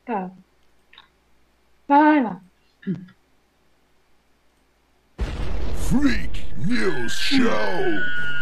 Tá. Vai lá. Freak News Show.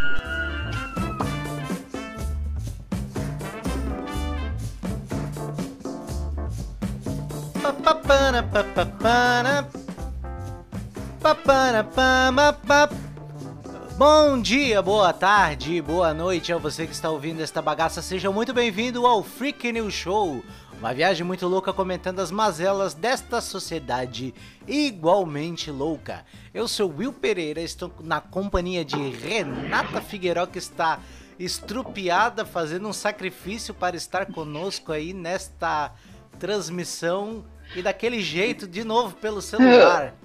Bom dia, boa tarde, boa noite a você que está ouvindo esta bagaça. Seja muito bem-vindo ao Freak News Show, uma viagem muito louca comentando as mazelas desta sociedade igualmente louca. Eu sou Will Pereira, estou na companhia de Renata Figueiró, que está estrupiada fazendo um sacrifício para estar conosco aí nesta transmissão e daquele jeito de novo pelo celular.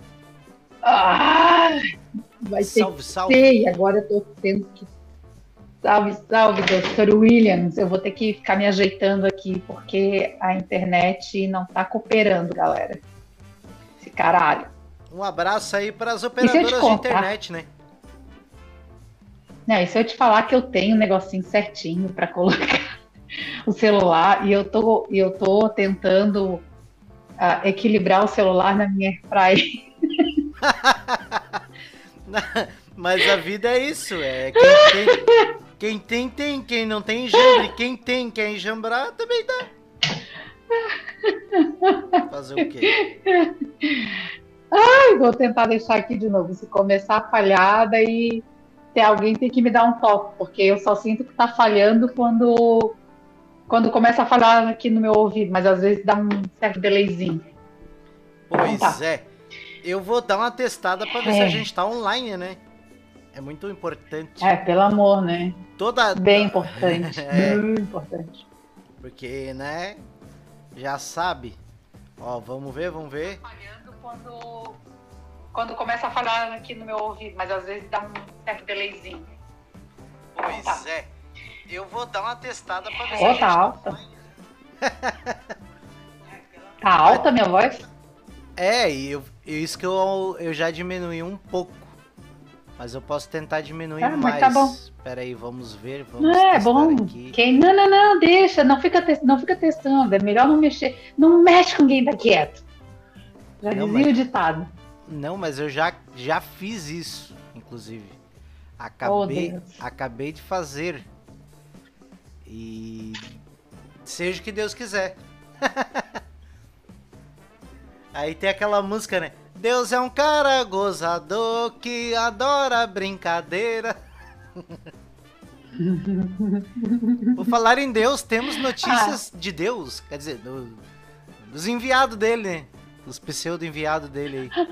Vai Salve, ter salve. que ser, agora eu tô tendo que... Salve, salve, Dr. Williams. Eu vou ter que ficar me ajeitando aqui, porque a internet não tá cooperando, galera. Esse caralho. Um abraço aí para as E se eu operadoras te de contar? internet, né? Não, e se eu te falar que eu tenho um negocinho certinho para colocar o celular e eu tô tentando equilibrar o celular na minha airfryer. Mas a vida é isso, quem tem, quem não tem enjambre, quem tem, quer enjambrar, também dá. Fazer o quê? Vou tentar deixar aqui de novo. Se começar a falhar, daí alguém tem que me dar um toque, porque eu só sinto que tá falhando quando começa a falar aqui no meu ouvido, mas às vezes dá um certo delayzinho. Pois Então tá. é, eu vou dar uma testada pra ver se a gente tá online, né? É muito importante. Pelo amor, né? Toda... Bem importante. É. Muito importante. Porque, né, já sabe. Ó, vamos ver. Falhando quando começa a falar aqui no meu ouvido, mas às vezes dá um certo delayzinho. Pois Tá. é, eu vou dar uma testada pra ver se Ó, a gente tá alta. Tá alta a minha voz? É, e isso que eu já diminui um pouco. Mas eu posso tentar diminuir Mas mais. tá bom. Espera aí, vamos ver. Não Vamos é testar bom. aqui. Não, deixa. Não fica testando. É melhor não mexer. Não mexe com quem tá quieto. Já Não, dizia mas- o ditado. Não, mas eu já fiz isso, inclusive. Oh, Deus. Acabei de fazer. E seja o que Deus quiser. Aí tem aquela música, né? Deus é um cara gozador que adora brincadeira. Por falar em Deus, temos notícias de Deus. Quer dizer, dos enviados dele, né? Os pseudo-enviados dele aí.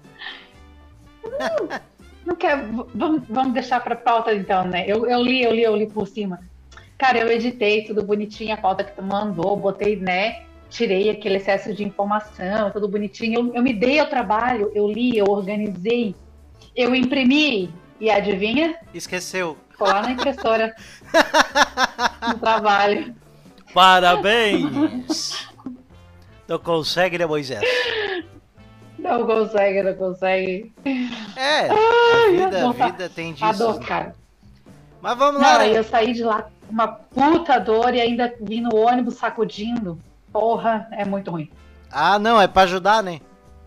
Não quer. Vamos deixar pra pauta então, né? Eu li por cima. Cara, eu editei tudo bonitinho, a pauta que tu mandou, botei, né? Tirei aquele excesso de informação, tudo bonitinho. Eu me dei ao trabalho, eu li, eu organizei, eu imprimi. E adivinha? Esqueceu. Ficou lá na impressora no trabalho. Parabéns! Não consegue, né, Moisés? Não consegue. É, a vida tem disso. A dor, né? cara. Mas vamos Não, lá, aí né? eu saí de lá com uma puta dor e ainda vim no ônibus sacudindo. Porra, é muito ruim. Ah, não, é pra ajudar, né?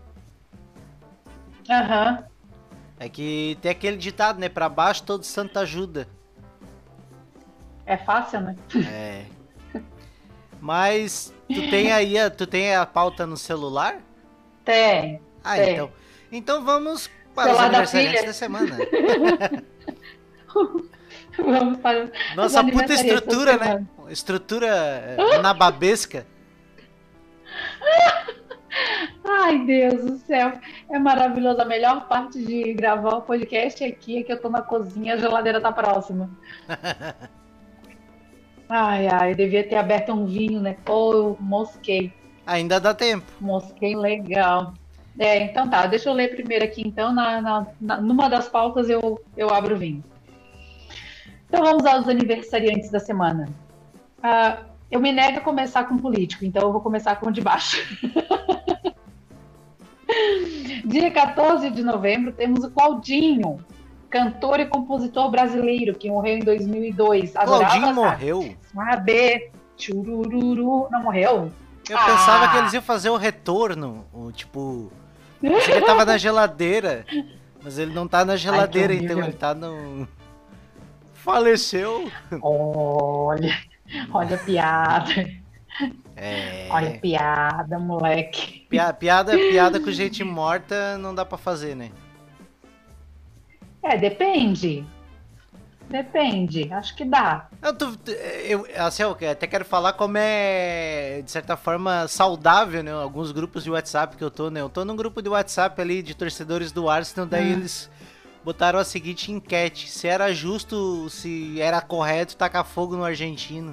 Aham. É que tem aquele ditado, né? Pra baixo todo santo ajuda. É fácil, né? É. Mas tu tem a pauta no celular? Tem. Ah, Tem. então. Então vamos para os Celular da aniversariantes filha. da semana. Vamos para os Nossa puta aniversariantes estrutura, da né? semana. Estrutura nababesca. Ai, Deus do céu. É maravilhoso. A melhor parte de gravar o podcast aqui é que eu tô na cozinha, a geladeira tá próxima. Ai, devia ter aberto um vinho, né? Pô, eu mosquei. Ainda dá tempo. Mosquei legal. Então tá, deixa eu ler primeiro aqui, então, numa das pautas eu abro o vinho. Então vamos aos aniversariantes da semana. Eu me nego a começar com político, então eu vou começar com o de baixo. Dia 14 de novembro temos o Claudinho, cantor e compositor brasileiro que morreu em 2002. Claudinho Adorava, morreu? sabe? Churururu. Não morreu? Eu pensava que eles iam fazer o retorno, tipo... Achei que ele tava na geladeira, mas ele não tá na geladeira, então ele tá no... Faleceu. Olha a piada. Olha a piada, moleque. Piada com gente morta não dá pra fazer, né? Depende. Depende, acho que dá. Eu até quero falar como é, de certa forma, saudável, né? Alguns grupos de WhatsApp que eu tô, né? Eu tô num grupo de WhatsApp ali de torcedores do Arsenal, daí eles botaram a seguinte enquete: se era justo, se era correto tacar fogo no argentino.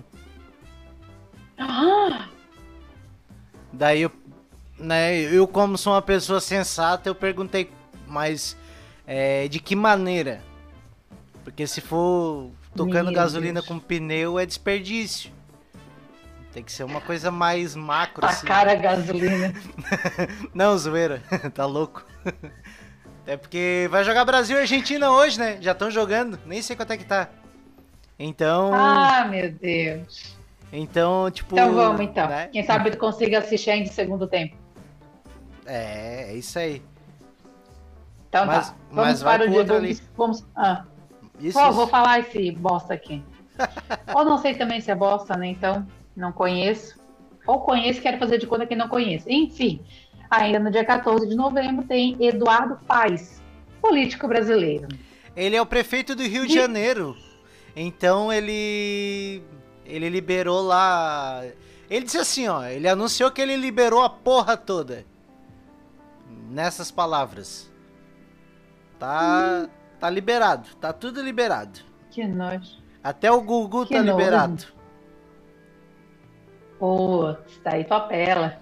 Daí eu como sou uma pessoa sensata, eu perguntei, mas de que maneira? Porque se for tocando gasolina com pneu, é desperdício. Tem que ser uma coisa mais macro, assim. Tacar a gasolina. Não, zoeira. Tá louco. É porque vai jogar Brasil e Argentina hoje, né? Já estão jogando. Nem sei quanto é que tá. Então... meu Deus. Então, tipo... Então vamos, então. Né? Quem sabe tu consiga assistir ainda de segundo tempo. É isso aí. Então mas, tá. Vamos para o dia. Vamos... Vou falar esse bosta aqui. Ou não sei também se é bosta, né? Então, não conheço. Ou conheço e quero fazer de conta que não conheço. Enfim, ainda no dia 14 de novembro tem Eduardo Paes, político brasileiro. Ele é o prefeito do Rio de Janeiro. Então ele liberou lá... Ele disse assim, ó. Ele anunciou que ele liberou a porra toda. Nessas palavras. Tá liberado, tá tudo liberado. Que nojo. Até o Gugu tá liberado. Pô, tá aí tua pela.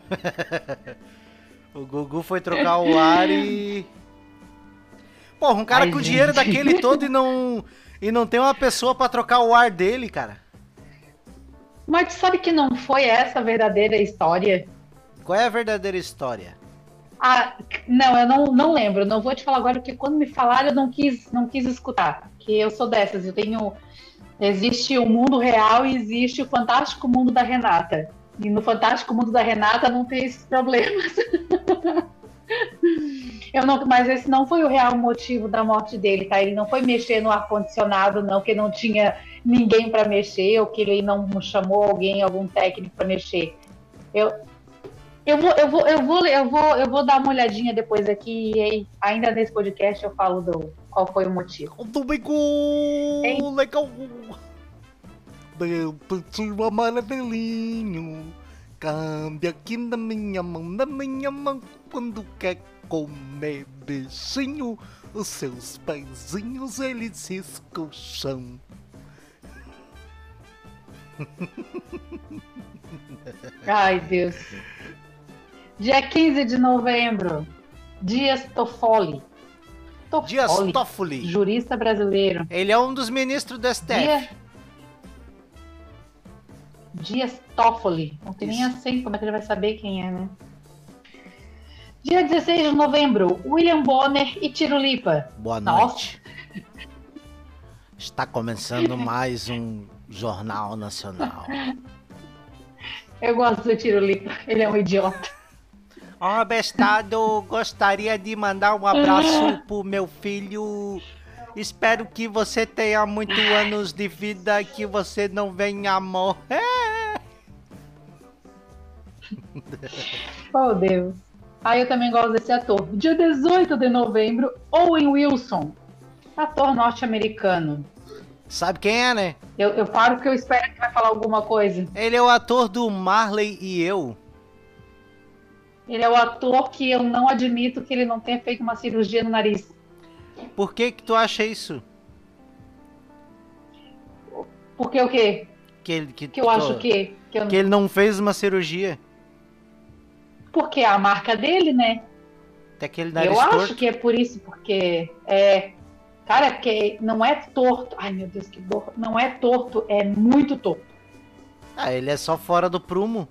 O Gugu foi trocar o ar e... Porra, um cara com dinheiro daquele todo e não tem uma pessoa pra trocar o ar dele, cara. Mas tu sabe que não foi essa a verdadeira história? Qual é a verdadeira história? Não, eu não lembro. Não vou te falar agora, porque quando me falaram eu não quis escutar. Porque eu sou dessas. Existe o mundo real e existe o fantástico mundo da Renata. E no fantástico mundo da Renata não tem esses problemas. Mas esse não foi o real motivo da morte dele, tá? Ele não foi mexer no ar-condicionado, não, que não tinha ninguém para mexer, ou que ele não chamou algum técnico para mexer. Eu vou dar uma olhadinha depois aqui e aí, ainda nesse podcast eu falo qual foi o motivo. Legal. Meu peitinho amarelinho, cabe aqui na minha mão, quando quer comer beijinho, os seus pezinhos eles se escocham. Ai, Deus. Dia 15 de novembro, Dias Toffoli. Dias Toffoli. Jurista brasileiro. Ele é um dos ministros do STF. Dias Toffoli. Não tem nem assim, como é que ele vai saber quem é, né? Dia 16 de novembro, William Bonner e Tiro Lipa. Boa noite. Está começando mais um Jornal Nacional. Eu gosto do Tiro Lipa, ele é um idiota. Bestado, gostaria de mandar um abraço pro meu filho. Espero que você tenha muitos anos de vida e que você não venha morrer. Oh, Deus. Eu também gosto desse ator. Dia 18 de novembro, Owen Wilson, ator norte-americano. Sabe quem é, né? Eu paro porque eu espero que vai falar alguma coisa. Ele é o ator do Marley e Eu. Ele é o ator que eu não admito que ele não tenha feito uma cirurgia no nariz. Por que tu acha isso? Porque o quê? Que eu acho o quê? Que ele não fez uma cirurgia. Porque é a marca dele, né? Até aquele nariz eu torto. Acho que é por isso, porque cara, porque não é torto. Ai, meu Deus, que dor. Não é torto, é muito torto. Ele é só fora do prumo.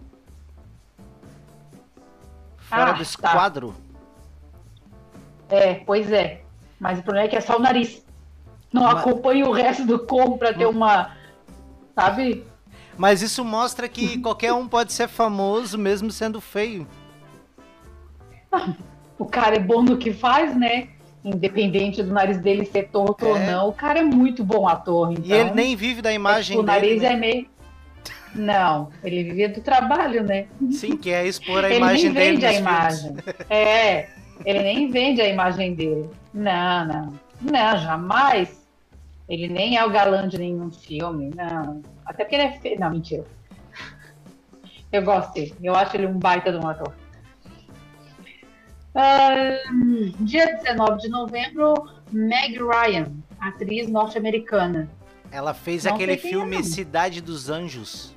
Fora do esquadro. Tá. Pois é. Mas o problema é que é só o nariz. Não acompanha o resto do corpo pra ter uma... Sabe? Mas isso mostra que qualquer um pode ser famoso mesmo sendo feio. O cara é bom no que faz, né? Independente do nariz dele ser torto ou não, o cara é muito bom ator. Então, e ele nem vive da imagem o nariz dele, né? é meio... Não, ele vive do trabalho, né? Sim, que é expor a Ele imagem nem dele vende a nos imagem. filmes. Ele nem vende a imagem dele. Não, jamais. Ele nem é o galã de nenhum filme, não. Até porque ele é feio. Não, mentira. Eu gosto dele. Eu acho ele um baita de um ator. Dia 19 de novembro, Meg Ryan, atriz norte-americana. Ela fez Não aquele sei quem filme é, não. Cidade dos Anjos.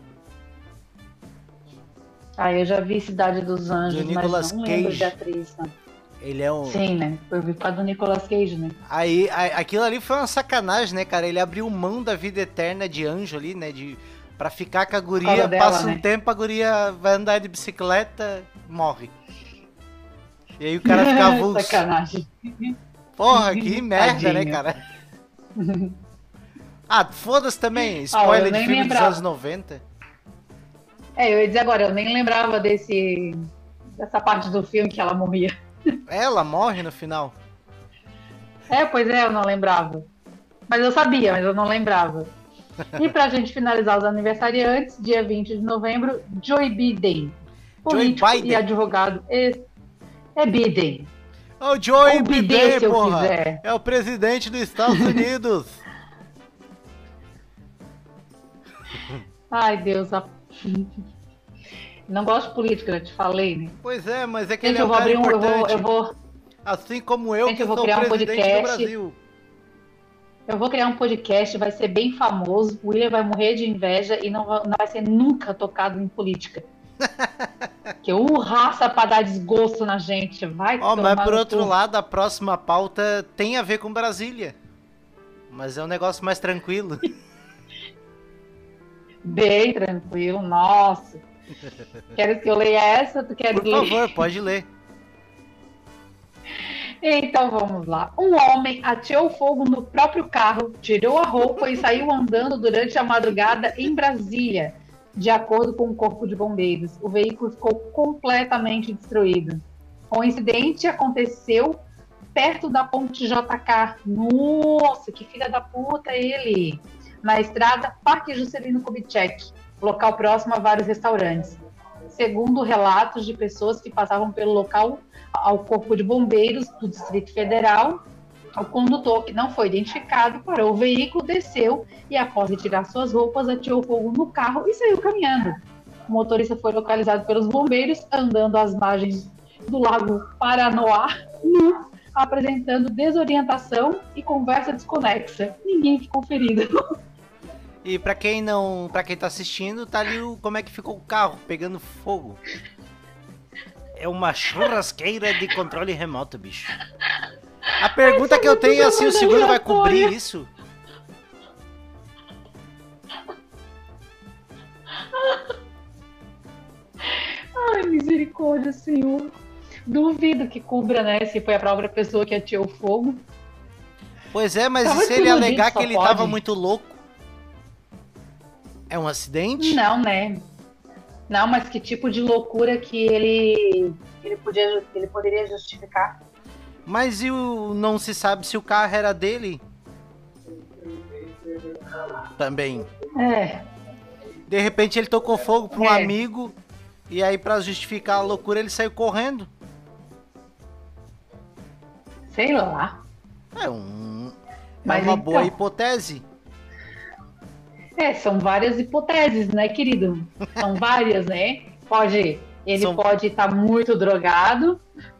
Eu já vi Cidade dos Anjos, Do Nicolas mas não lembro Cage. de atriz, não. Ele é um... Sim, né? Eu vi por causa do Nicolas Cage, né? Aí, aquilo ali foi uma sacanagem, né, cara? Ele abriu mão da vida eterna de anjo ali, né? Pra ficar com a guria, causa dela, passa um né? tempo, a guria vai andar de bicicleta, morre. E aí o cara fica avulso. Sacanagem. Porra, que merda, né, Tadinho. cara? Ah, foda-se também. Spoiler eu de nem filme dos lembrava. anos 90. Eu ia dizer agora, eu nem lembrava dessa parte do filme que ela morria. Ela morre no final. Pois é, eu não lembrava. Mas eu sabia, mas eu não lembrava. E pra gente finalizar os aniversariantes, dia 20 de novembro, Joe Biden. Político Biden. e advogado. É Biden. O Joe Ou Biden, Biden, se eu porra. quiser. É o presidente dos Estados Unidos. Ai, Deus. Não gosto de política, já te falei, né? Pois é, mas é que Gente, ele é um cara importante. eu vou Assim como eu, Gente, que eu vou sou o criar um presidente do podcast. Brasil. Eu vou criar um podcast, vai ser bem famoso, o William vai morrer de inveja e não vai ser nunca tocado em política. Que raça pra dar desgosto na gente, vai Ó, tomar mas por no outro cu. lado, a próxima pauta tem a ver com Brasília. Mas é um negócio mais tranquilo. Bem tranquilo, nossa. Queres que eu leia essa? Tu queres Por ler? favor, pode ler. Então vamos lá. Um homem ateou fogo no próprio carro, tirou a roupa e saiu andando durante a madrugada em Brasília, de acordo com o Corpo de Bombeiros. O veículo ficou completamente destruído. O incidente aconteceu perto da ponte JK. Nossa, que filha da puta ele! Na estrada Parque Juscelino Kubitschek, local próximo a vários restaurantes. Segundo relatos de pessoas que passavam pelo local, ao Corpo de Bombeiros do Distrito Federal, o condutor, que não foi identificado, parou o veículo, desceu e, após retirar suas roupas, ateou fogo no carro e saiu caminhando. O motorista foi localizado pelos bombeiros andando às margens do Lago Paranoá, nu, apresentando desorientação e conversa desconexa. Ninguém ficou ferido. E pra quem tá assistindo, tá ali como é que ficou o carro pegando fogo. É uma churrasqueira de controle remoto, bicho. A pergunta que eu tenho é se o seguro vai cobrir isso. Ai, misericórdia, Senhor. Duvido que cubra, né? Se foi a própria pessoa que ateou o fogo. Pois é, mas Tava e se ele tudo alegar dito, que só ele pode. tava muito louco? É um acidente? Não, né? Não, mas que tipo de loucura que ele poderia justificar? Mas não se sabe se o carro era dele? Também. É, De repente ele tocou fogo pra um É. amigo e aí pra justificar a loucura ele saiu correndo. sei lá. É Mas uma boa então. hipótese. São várias hipóteses, né, querido? São várias, né? Ele São- pode estar muito drogado,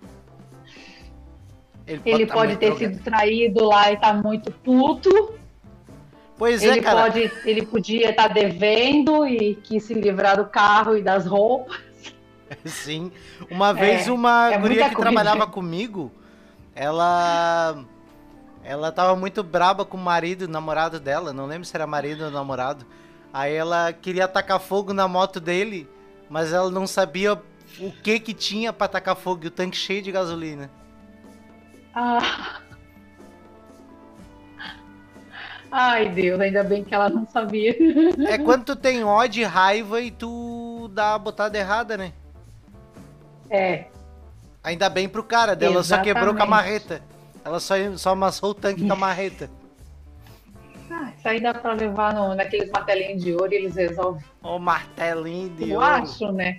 ele tá pode muito ter drogado. sido traído lá e estar muito puto. Pois é, cara. Ele podia estar devendo e quis se livrar do carro e das roupas. Sim. Uma vez uma é guria muita que coisa. trabalhava comigo, ela tava muito braba com o marido, o namorado dela, não lembro se era marido ou namorado. Aí ela queria tacar fogo na moto dele, mas ela não sabia o que tinha pra tacar fogo, e o tanque cheio de gasolina. Ai, Deus, ainda bem que ela não sabia. É quando tu tem ódio e raiva e tu dá a botada errada, né? É, Ainda bem pro cara dela, só quebrou com a exatamente. marreta. Ela só amassou o tanque com a marreta. Isso aí dá pra levar naqueles martelinhos de ouro e eles resolvem. Ó, o martelinho de Eu ouro. acho, né?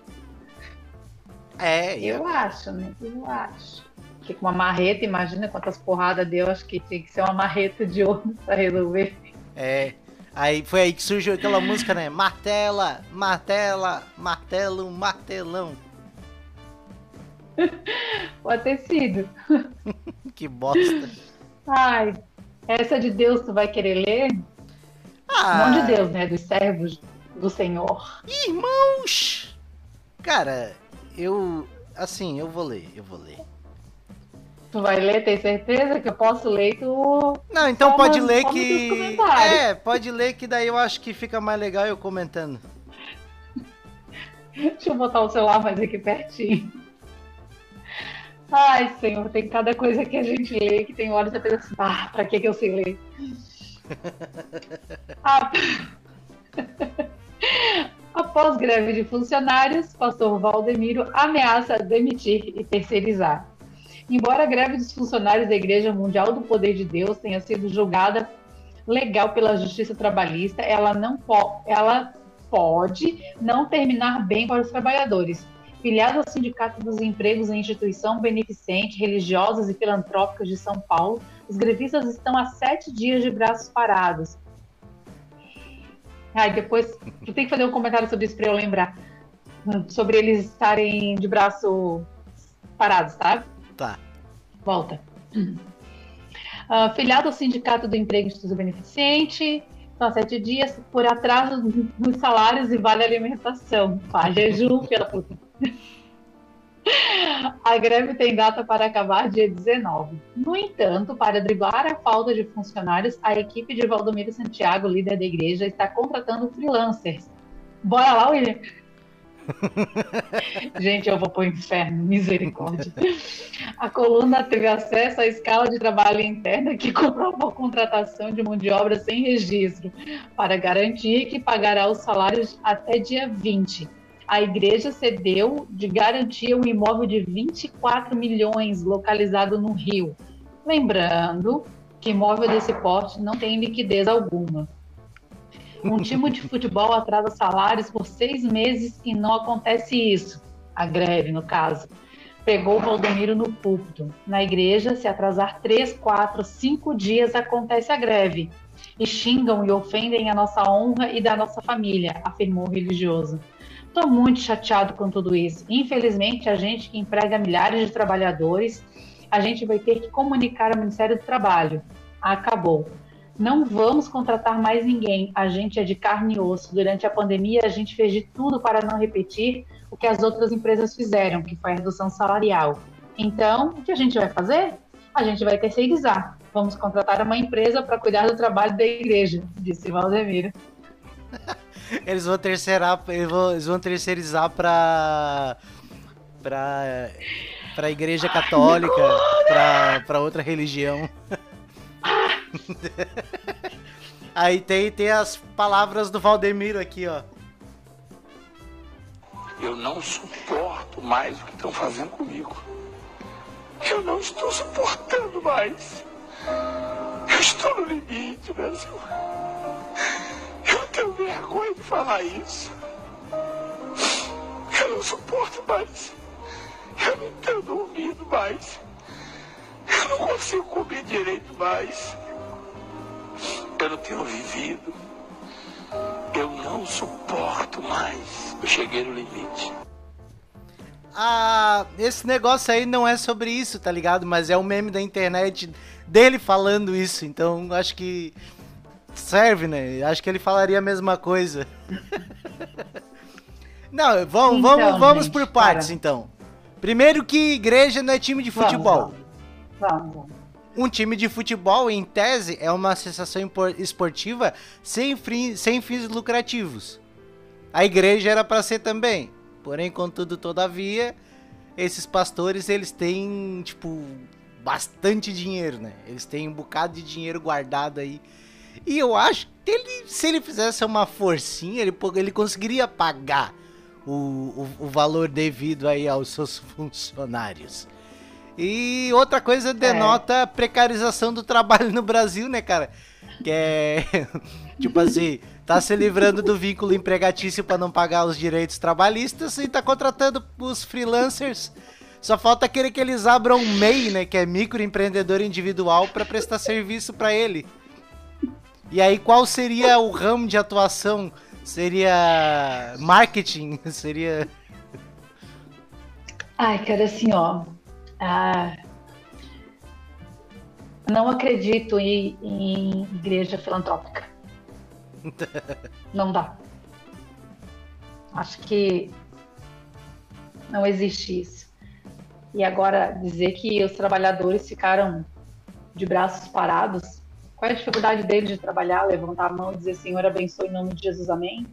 Eu... Eu acho, né? Eu acho. Que com uma marreta, imagina quantas porradas deu, acho que tinha que ser uma marreta de ouro pra resolver. É. Aí foi aí que surgiu aquela música, né? Martela, martela, martelo, martelão. Pode ter sido. Que bosta. Ai, essa de Deus tu vai querer ler? Não de Ah, Deus, né? Dos servos do Senhor. irmãos! Cara, assim, eu vou ler. Tu vai ler, tem certeza que eu posso ler e tu... Não, então Só pode manda- ler só manda os que... comentários. Pode ler que daí eu acho que fica mais legal eu comentando. Deixa eu botar o celular mais aqui pertinho. Ai, Senhor, tem cada coisa que a gente lê que tem horas que você pensa, pra que eu sei ler? Ah, após greve de funcionários, pastor Valdemiro ameaça demitir e terceirizar. Embora a greve dos funcionários da Igreja Mundial do Poder de Deus tenha sido julgada legal pela Justiça Trabalhista, ela pode não terminar bem para os trabalhadores. Filiado ao Sindicato dos Empregos em instituição beneficente, religiosas e filantrópicas de São Paulo, os grevistas estão há 7 dias de braços parados. Depois tu tem que fazer um comentário sobre isso para eu lembrar. Sobre eles estarem de braço parados, tá? Tá. Volta. Filiado ao Sindicato do Emprego Instituto Beneficente, são 7 dias por atraso nos salários e vale alimentação. Faz jejum, pela puta. A greve tem data para acabar dia 19. No entanto, para driblar a falta de funcionários, a equipe de Valdomiro Santiago, líder da igreja, está contratando freelancers. Bora lá, William? Gente, eu vou pro inferno, misericórdia. A coluna teve acesso à escala de trabalho interna que comprovou a contratação de mão de obra sem registro, para garantir que pagará os salários até dia 20. A igreja cedeu de garantia um imóvel de 24 milhões localizado no Rio. Lembrando que imóvel desse porte não tem liquidez alguma. Um time de futebol atrasa salários por 6 meses e não acontece isso. A greve, no caso. Pegou o Valdomiro no púlpito. Na igreja, se atrasar 3, 4, 5 dias, acontece a greve. E xingam e ofendem a nossa honra e da nossa família, afirmou o religioso. Estou muito chateado com tudo isso. Infelizmente, a gente que emprega milhares de trabalhadores, a gente vai ter que comunicar ao Ministério do Trabalho. Acabou. Não vamos contratar mais ninguém. A gente é de carne e osso. Durante a pandemia, a gente fez de tudo para não repetir o que as outras empresas fizeram, que foi a redução salarial. Então, o que a gente vai fazer? A gente vai terceirizar. Vamos contratar uma empresa para cuidar do trabalho da igreja, disse Valdemiro. Eles vão terceirizar pra igreja católica, pra outra religião. Aí tem as palavras do Valdemiro aqui, ó. Eu não suporto mais o que estão fazendo comigo. Eu não estou suportando mais. Eu estou no limite, Brasil. Eu tenho vergonha de falar isso. Eu não suporto mais. Eu não tenho dormido mais. Eu não consigo comer direito mais. Eu não tenho vivido. Eu não suporto mais. Eu cheguei no limite. Esse negócio aí não é sobre isso, tá ligado? Mas é um meme da internet dele falando isso. Então acho que serve, né? Acho que ele falaria a mesma coisa. Não, vamos por partes, então. Primeiro que igreja não é time de futebol. Vamos. Um time de futebol, em tese, é uma associação esportiva sem fins lucrativos. A igreja era para ser também. Porém, contudo, todavia, esses pastores, eles têm, tipo, bastante dinheiro, né? Eles têm um bocado de dinheiro guardado aí. E eu acho que se ele fizesse uma forcinha, ele conseguiria pagar o valor devido aí aos seus funcionários. E outra coisa denota a precarização do trabalho no Brasil, né, cara? Que é, tipo assim, tá se livrando do vínculo empregatício para não pagar os direitos trabalhistas e tá contratando os freelancers. Só falta querer que eles abram um MEI, né, que é microempreendedor individual, para prestar serviço para ele. E aí qual seria o ramo de atuação? Seria marketing? Seria... Ai, cara, assim, ó... não acredito em igreja filantrópica. Não dá. Acho que não existe isso. E agora, dizer que os trabalhadores ficaram de braços parados, qual é a dificuldade deles de trabalhar, levantar a mão e dizer Senhor abençoe em nome de Jesus, amém?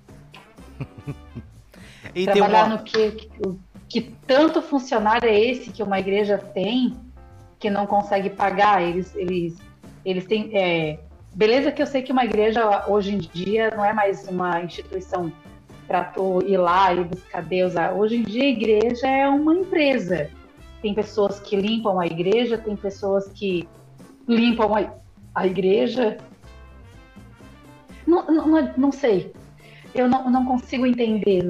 E trabalhar no que tanto funcionário é esse que uma igreja tem que não consegue pagar? Eles têm... beleza que eu sei que uma igreja hoje em dia não é mais uma instituição para tu ir lá e buscar Deus. Hoje em dia a igreja é uma empresa. Tem pessoas que limpam a igreja, tem pessoas que limpam a igreja. Não sei. Eu não consigo entender.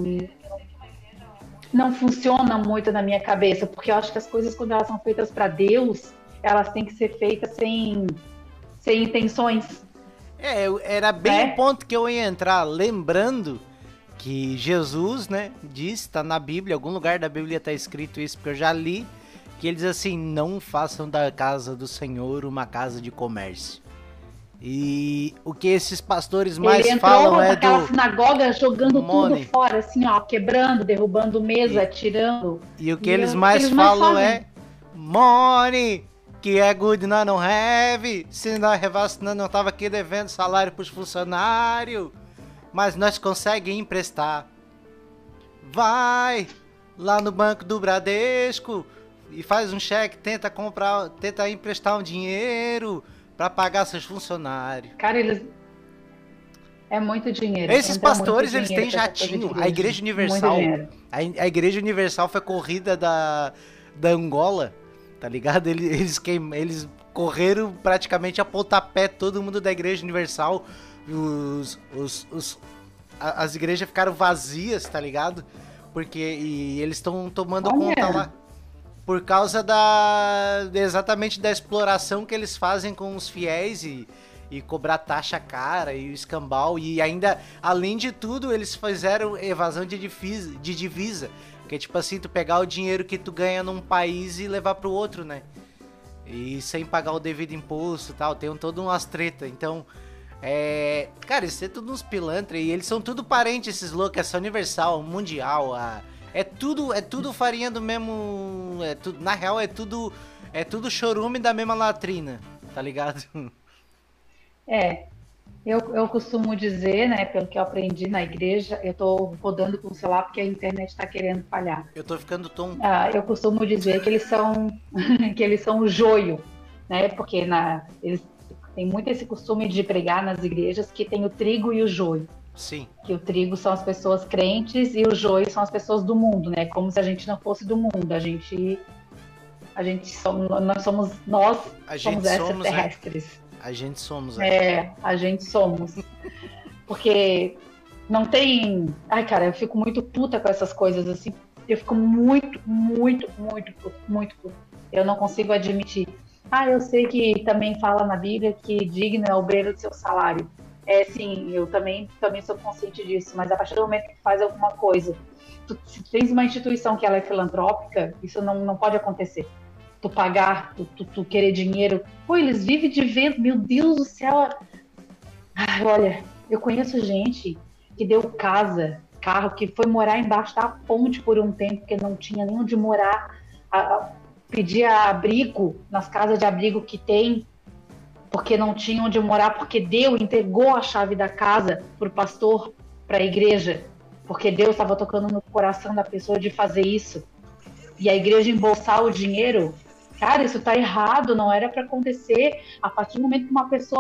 Não funciona muito na minha cabeça, porque eu acho que as coisas, quando elas são feitas para Deus, elas têm que ser feitas sem intenções. Era bem o ponto que eu ia entrar, lembrando que Jesus, né, diz, tá na Bíblia, em algum lugar da Bíblia tá escrito isso, porque eu já li, que ele diz assim, não façam da casa do Senhor uma casa de comércio. E o que esses pastores mais falam é do... sinagoga jogando tudo fora, assim, ó, quebrando, derrubando mesa, atirando. E o que eles mais falam é money, que é good, nós não have. Se nós revasse, nós não tava aqui devendo salário pros funcionários, mas nós conseguimos emprestar. Vai lá no banco do Bradesco e faz um cheque, tenta emprestar um dinheiro para pagar seus funcionários. Cara, é muito dinheiro. Esses pastores, eles têm jatinho. A Igreja Universal, a Igreja Universal foi corrida da Angola, tá ligado? Eles correram praticamente a pontapé, todo mundo da Igreja Universal. As igrejas ficaram vazias, tá ligado? E eles estão tomando conta lá. Por causa exatamente da exploração que eles fazem com os fiéis e cobrar taxa cara e o escambau. E ainda, além de tudo, eles fizeram evasão de divisa. Que é tipo assim, tu pegar o dinheiro que tu ganha num país e levar pro outro, né? E sem pagar o devido imposto e tal. Tem todo umas treta. Então, cara, isso é tudo uns pilantras. E eles são tudo parentes, esses loucos. Essa Universal, Mundial, É tudo farinha do mesmo... na real, é tudo chorume da mesma latrina, tá ligado? Eu costumo dizer, né, pelo que eu aprendi na igreja, eu tô rodando com o celular porque a internet tá querendo falhar. Eu tô ficando tonto. Eu costumo dizer que eles são o joio, né, porque eles têm muito esse costume de pregar nas igrejas que tem o trigo e o joio. Sim. Que o trigo são as pessoas crentes e o joio são as pessoas do mundo, né? Como se a gente não fosse do mundo. Nós somos extraterrestres. A gente somos. A gente somos. Porque não tem... Ai, cara, eu fico muito puta com essas coisas, assim. Eu fico muito, muito, muito, muito puta. Eu não consigo admitir. Eu sei que também fala na Bíblia que digno é o obreiro do seu salário. Sim, eu também sou consciente disso, mas a partir do momento que faz alguma coisa, se tens uma instituição que ela é filantrópica, isso não pode acontecer. Tu pagar, tu querer dinheiro, eles vivem de vento, meu Deus do céu. Olha, eu conheço gente que deu carro, que foi morar embaixo da ponte por um tempo, porque não tinha nem onde morar, pedia abrigo nas casas de abrigo que tem, porque não tinha onde morar, porque Deus entregou a chave da casa para o pastor, para a igreja, porque Deus estava tocando no coração da pessoa de fazer isso. E a igreja embolsar o dinheiro, cara, isso tá errado, não era para acontecer. A partir do momento que uma pessoa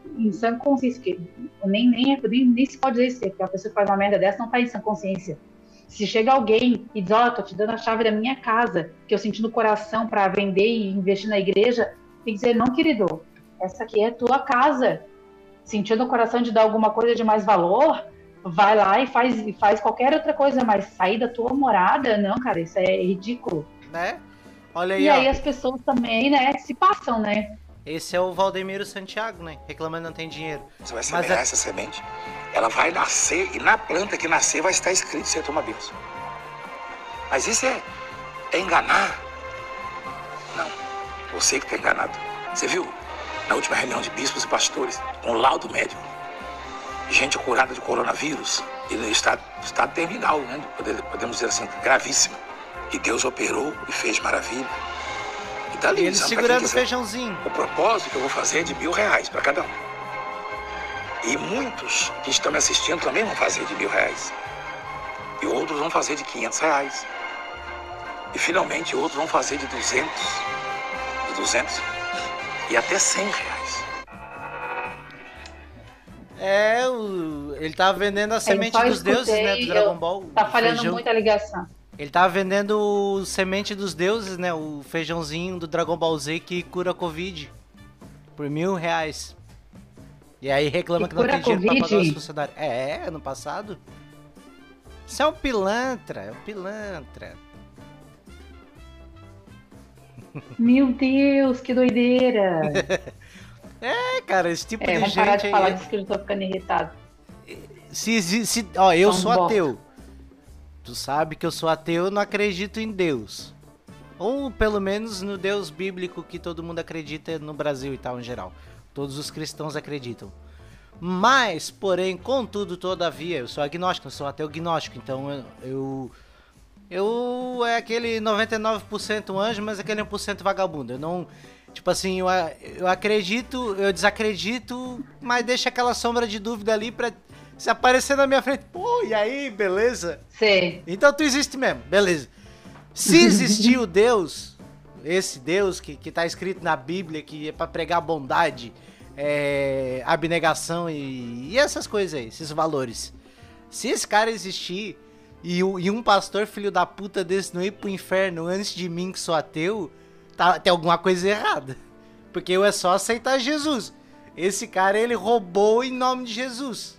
em sã consciência, porque nem se pode dizer isso, porque a pessoa que faz uma merda dessa não tá em sã consciência. Se chega alguém e diz, ó, tô te dando a chave da minha casa, que eu senti no coração para vender e investir na igreja, tem que dizer, não, querido, essa aqui é tua casa. Sentiu no coração de dar alguma coisa de mais valor, vai lá e faz qualquer outra coisa, mas sair da tua morada, não, cara, isso é ridículo. Né? Olha aí, E aí ó. as pessoas também, né, se passam, né? Esse é o Valdemiro Santiago, né? Reclamando não tem dinheiro. Você vai semear essa semente, ela vai nascer, e na planta que nascer vai estar escrito ser uma bênção. Mas isso é enganar? Não, você que está enganado. Você viu, na última reunião de bispos e pastores, um laudo médico, gente curada de coronavírus, e no estado terminal, né? Podemos dizer assim, gravíssimo. E Deus operou e fez maravilha. E tá ali, Ele segurando o feijãozinho. O propósito que eu vou fazer é de R$1.000 para cada um. E muitos que estão me assistindo também vão fazer de R$1.000. E outros vão fazer de R$500. E finalmente outros vão fazer de 200 e até R$100. Ele tava vendendo a semente dos deuses, né, do Dragon Ball. Tá falhando muito a ligação. Ele tava vendendo o semente dos deuses, né, o feijãozinho do Dragon Ball Z que cura a Covid por R$1.000. E aí reclama que não tem dinheiro pra pagar os funcionários. Ano passado. Isso é um pilantra, Meu Deus, que doideira. Cara, esse tipo de vamos gente parar de falar disso que eu já tô ficando irritado. Eu sou ateu. Tu sabe que eu sou ateu, eu não acredito em Deus. Ou pelo menos no Deus bíblico que todo mundo acredita no Brasil e tal, em geral. Todos os cristãos acreditam. Mas, porém, contudo, todavia, eu sou agnóstico, eu sou ateu gnóstico. Então eu é aquele 99% anjo, mas aquele 1% vagabundo. Eu não... Tipo assim, eu acredito, eu desacredito, mas deixa aquela sombra de dúvida ali pra se aparecer na minha frente. Pô, e aí, beleza? Sei. Então tu existe mesmo, beleza. Se existir o Deus, esse Deus que tá escrito na Bíblia, que é pra pregar bondade, abnegação e essas coisas aí, esses valores. Se esse cara existir e um pastor filho da puta desse não ir pro inferno antes de mim que sou ateu... tem alguma coisa errada. Porque eu é só aceitar Jesus. Esse cara, ele roubou em nome de Jesus.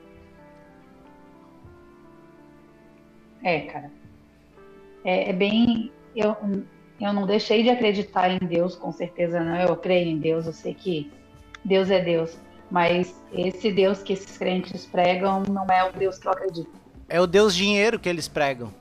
Cara. É bem... Eu não deixei de acreditar em Deus, com certeza não. Eu creio em Deus, eu sei que Deus é Deus. Mas esse Deus que esses crentes pregam não é o Deus que eu acredito. É o Deus dinheiro que eles pregam.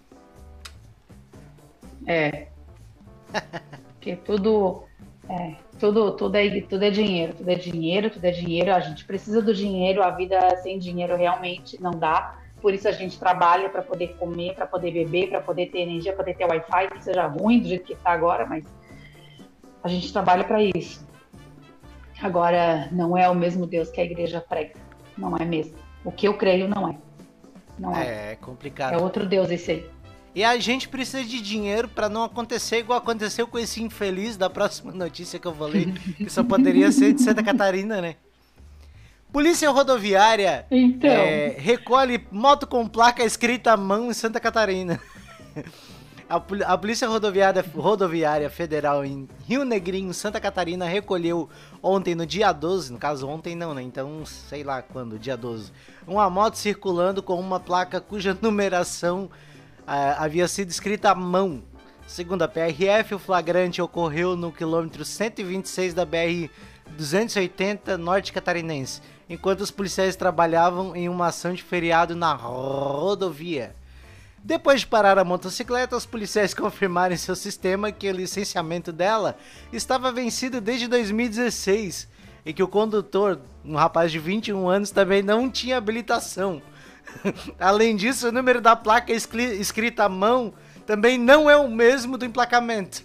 Porque tudo é dinheiro, tudo é dinheiro, a gente precisa do dinheiro, a vida sem dinheiro realmente não dá, por isso a gente trabalha para poder comer, para poder beber, para poder ter energia, para poder ter Wi-Fi, que seja ruim do jeito que está agora, mas a gente trabalha para isso. Agora, não é o mesmo Deus que a igreja prega, não é mesmo. O que eu creio não é. É complicado. É outro Deus esse aí. E a gente precisa de dinheiro pra não acontecer igual aconteceu com esse infeliz da próxima notícia que eu vou ler, que só poderia ser de Santa Catarina, né? Polícia Rodoviária recolhe moto com placa escrita à mão em Santa Catarina. A Polícia Rodoviária Federal em Rio Negrinho, Santa Catarina, recolheu ontem, no dia 12, no caso ontem não, né? Então, sei lá quando, dia 12, uma moto circulando com uma placa cuja numeração havia sido escrita à mão. Segundo a PRF, o flagrante ocorreu no quilômetro 126 da BR-280 norte catarinense, enquanto os policiais trabalhavam em uma ação de feriado na rodovia. Depois de parar a motocicleta, os policiais confirmaram em seu sistema que o licenciamento dela estava vencido desde 2016 e que o condutor, um rapaz de 21 anos, também não tinha habilitação. Além disso, o número da placa escrita à mão também não é o mesmo do emplacamento.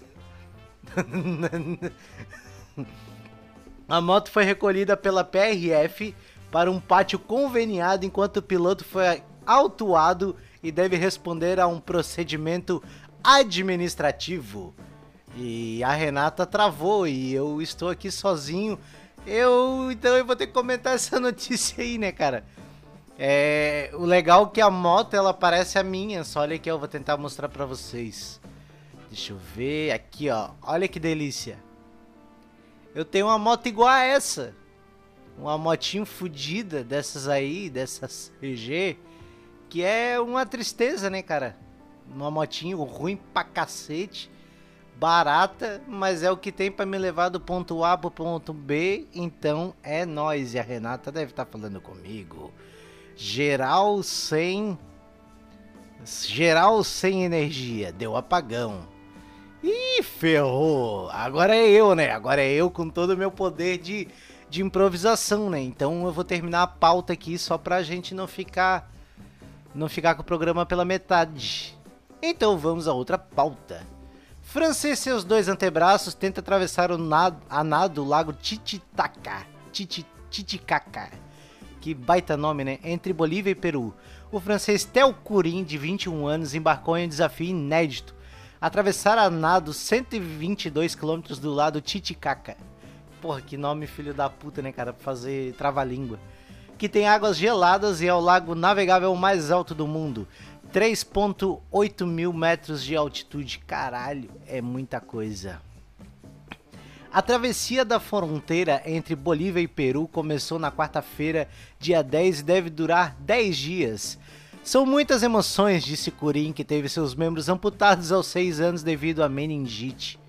A moto foi recolhida pela PRF para um pátio conveniado enquanto o piloto foi autuado e deve responder a um procedimento administrativo. E a Renata travou e eu estou aqui sozinho Então eu vou ter que comentar essa notícia aí, né, cara? O legal é que a moto, ela parece a minha. Só olha aqui, eu vou tentar mostrar pra vocês. Deixa eu ver. Aqui, ó. Olha que delícia. Eu tenho uma moto igual a essa. Uma motinho fodida dessas aí, dessas CG. Que é uma tristeza, né, cara? Uma motinho ruim pra cacete. Barata, mas é o que tem pra me levar do ponto A pro ponto B. Então é nóis. E a Renata deve estar falando comigo. Geral sem energia. Deu apagão. Ih, ferrou. Agora é eu, né? Agora é eu com todo o meu poder de improvisação, né? Então eu vou terminar a pauta aqui só pra gente não ficar com o programa pela metade. Então vamos a outra pauta. Francês e seus 2 antebraços tenta atravessar a nado o lago Titicaca. Que baita nome, né? Entre Bolívia e Peru. O francês Theo Curin, de 21 anos, embarcou em um desafio inédito. Atravessar a nado 122 km do lado Titicaca. Porra, que nome filho da puta, né, cara? Pra fazer trava-língua. Que tem águas geladas e é o lago navegável mais alto do mundo. 3.8 mil metros de altitude. Caralho, é muita coisa. A travessia da fronteira entre Bolívia e Peru começou na quarta-feira, dia 10, e deve durar 10 dias. São muitas emoções, disse Curin, que teve seus membros amputados aos 6 anos devido a meningite.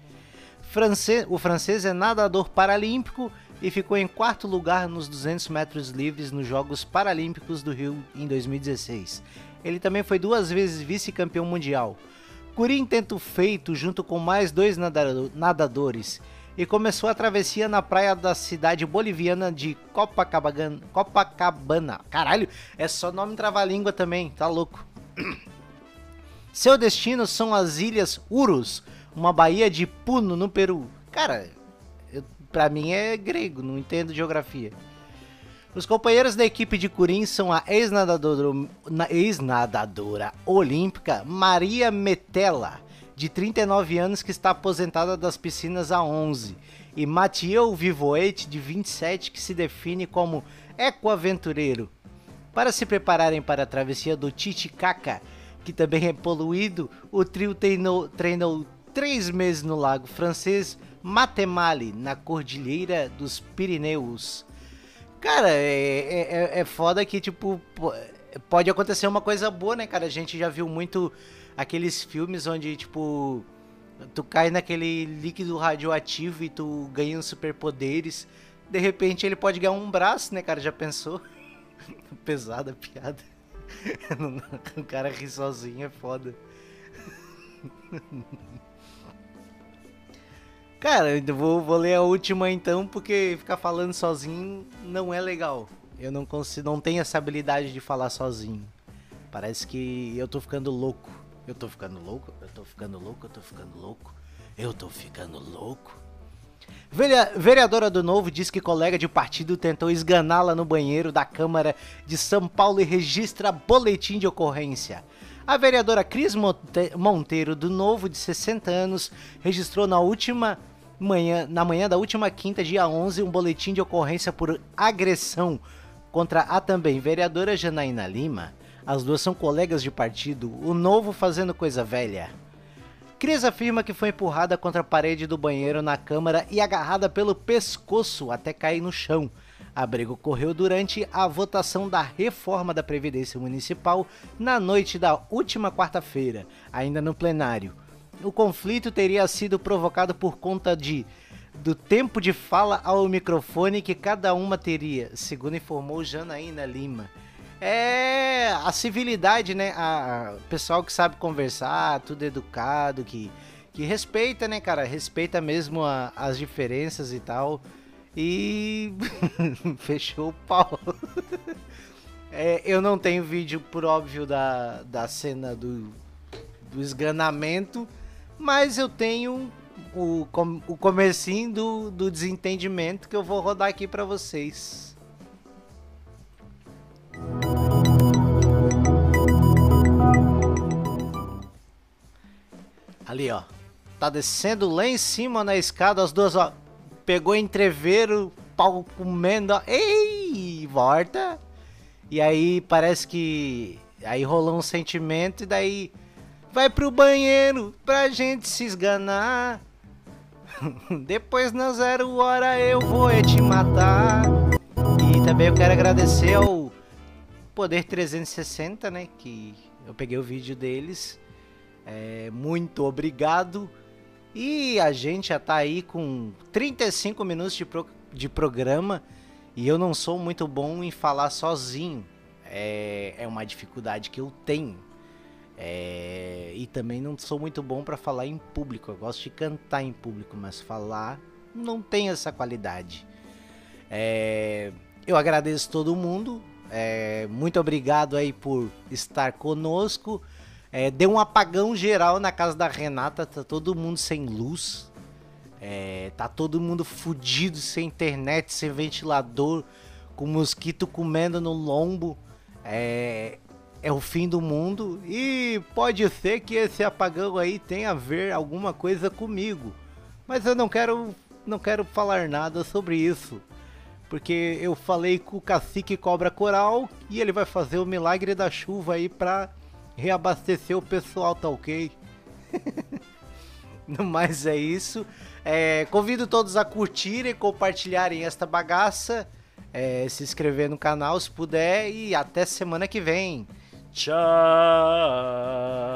O francês é nadador paralímpico e ficou em 4º lugar nos 200 metros livres nos Jogos Paralímpicos do Rio em 2016. Ele também foi 2 vezes vice-campeão mundial. Curin tenta o feito junto com mais 2 nadadores e começou a travessia na praia da cidade boliviana de Copacabana. Caralho, é só nome trava-língua também, tá louco. Seu destino são as Ilhas Urus, uma baía de Puno, no Peru. Cara, pra mim é grego, não entendo geografia. Os companheiros da equipe de Curin são a ex-nadadora olímpica Maria Metella, de 39 anos, que está aposentada das piscinas há 11, e Mathieu Vivoet, de 27, que se define como ecoaventureiro. Para se prepararem para a travessia do Titicaca, que também é poluído, o trio treinou 3 meses no lago francês Matemali, na Cordilheira dos Pirineus. Cara, é foda que, tipo, pode acontecer uma coisa boa, né, cara? A gente já viu muito aqueles filmes onde, tipo, tu cai naquele líquido radioativo e tu ganha uns superpoderes. De repente ele pode ganhar um braço, né, cara? Já pensou? Pesada a piada. O cara ri sozinho, é foda. Cara, eu vou ler a última então, porque ficar falando sozinho não é legal. Eu não tenho essa habilidade de falar sozinho. Parece que eu tô ficando louco. Eu tô ficando louco? Eu tô ficando louco? Eu tô ficando louco? Eu tô ficando louco? Vereadora do Novo diz que colega de partido tentou esganá-la no banheiro da Câmara de São Paulo e registra boletim de ocorrência. A vereadora Cris Monteiro do Novo, de 60 anos, registrou na manhã da última quinta, dia 11, um boletim de ocorrência por agressão contra a também vereadora Janaína Lima. As duas são colegas de partido, o Novo fazendo coisa velha. Cris afirma que foi empurrada contra a parede do banheiro na Câmara e agarrada pelo pescoço até cair no chão. A briga ocorreu durante a votação da reforma da Previdência Municipal na noite da última quarta-feira, ainda no plenário. O conflito teria sido provocado por conta do tempo de fala ao microfone que cada uma teria, segundo informou Janaína Lima. É a civilidade, né? O pessoal que sabe conversar, tudo educado, que respeita, né, cara? Respeita mesmo as diferenças e tal. E fechou o pau. Eu não tenho vídeo, por óbvio, da cena do esganamento, mas eu tenho o comecinho do desentendimento que eu vou rodar aqui pra vocês. Ali, ó. Tá descendo lá em cima na escada, as duas, ó. Pegou entreveiro, pau comendo, ó. Ei, volta. E aí parece que aí rolou um sentimento e daí vai pro banheiro pra gente se esganar. Depois na 0 hora eu vou te matar. E também eu quero agradecer ao Poder 360, né, que eu peguei o vídeo deles. Muito obrigado. E a gente já tá aí com 35 minutos de programa. E eu não sou muito bom em falar sozinho. É uma dificuldade que eu tenho. E também não sou muito bom para falar em público. Eu gosto de cantar em público, mas falar não tem essa qualidade. Eu agradeço todo mundo. Muito obrigado aí por estar conosco. Deu um apagão geral na casa da Renata. Tá todo mundo sem luz. Tá todo mundo fudido, sem internet, sem ventilador, com mosquito comendo no lombo. É o fim do mundo. E pode ser que esse apagão aí tenha a ver alguma coisa comigo. Mas eu não quero falar nada sobre isso. Porque eu falei com o cacique Cobra Coral e ele vai fazer o milagre da chuva aí pra reabastecer o pessoal, tá ok? Mas é isso. Convido todos a curtirem, compartilharem esta bagaça, se inscrever no canal se puder e até semana que vem. Tchau!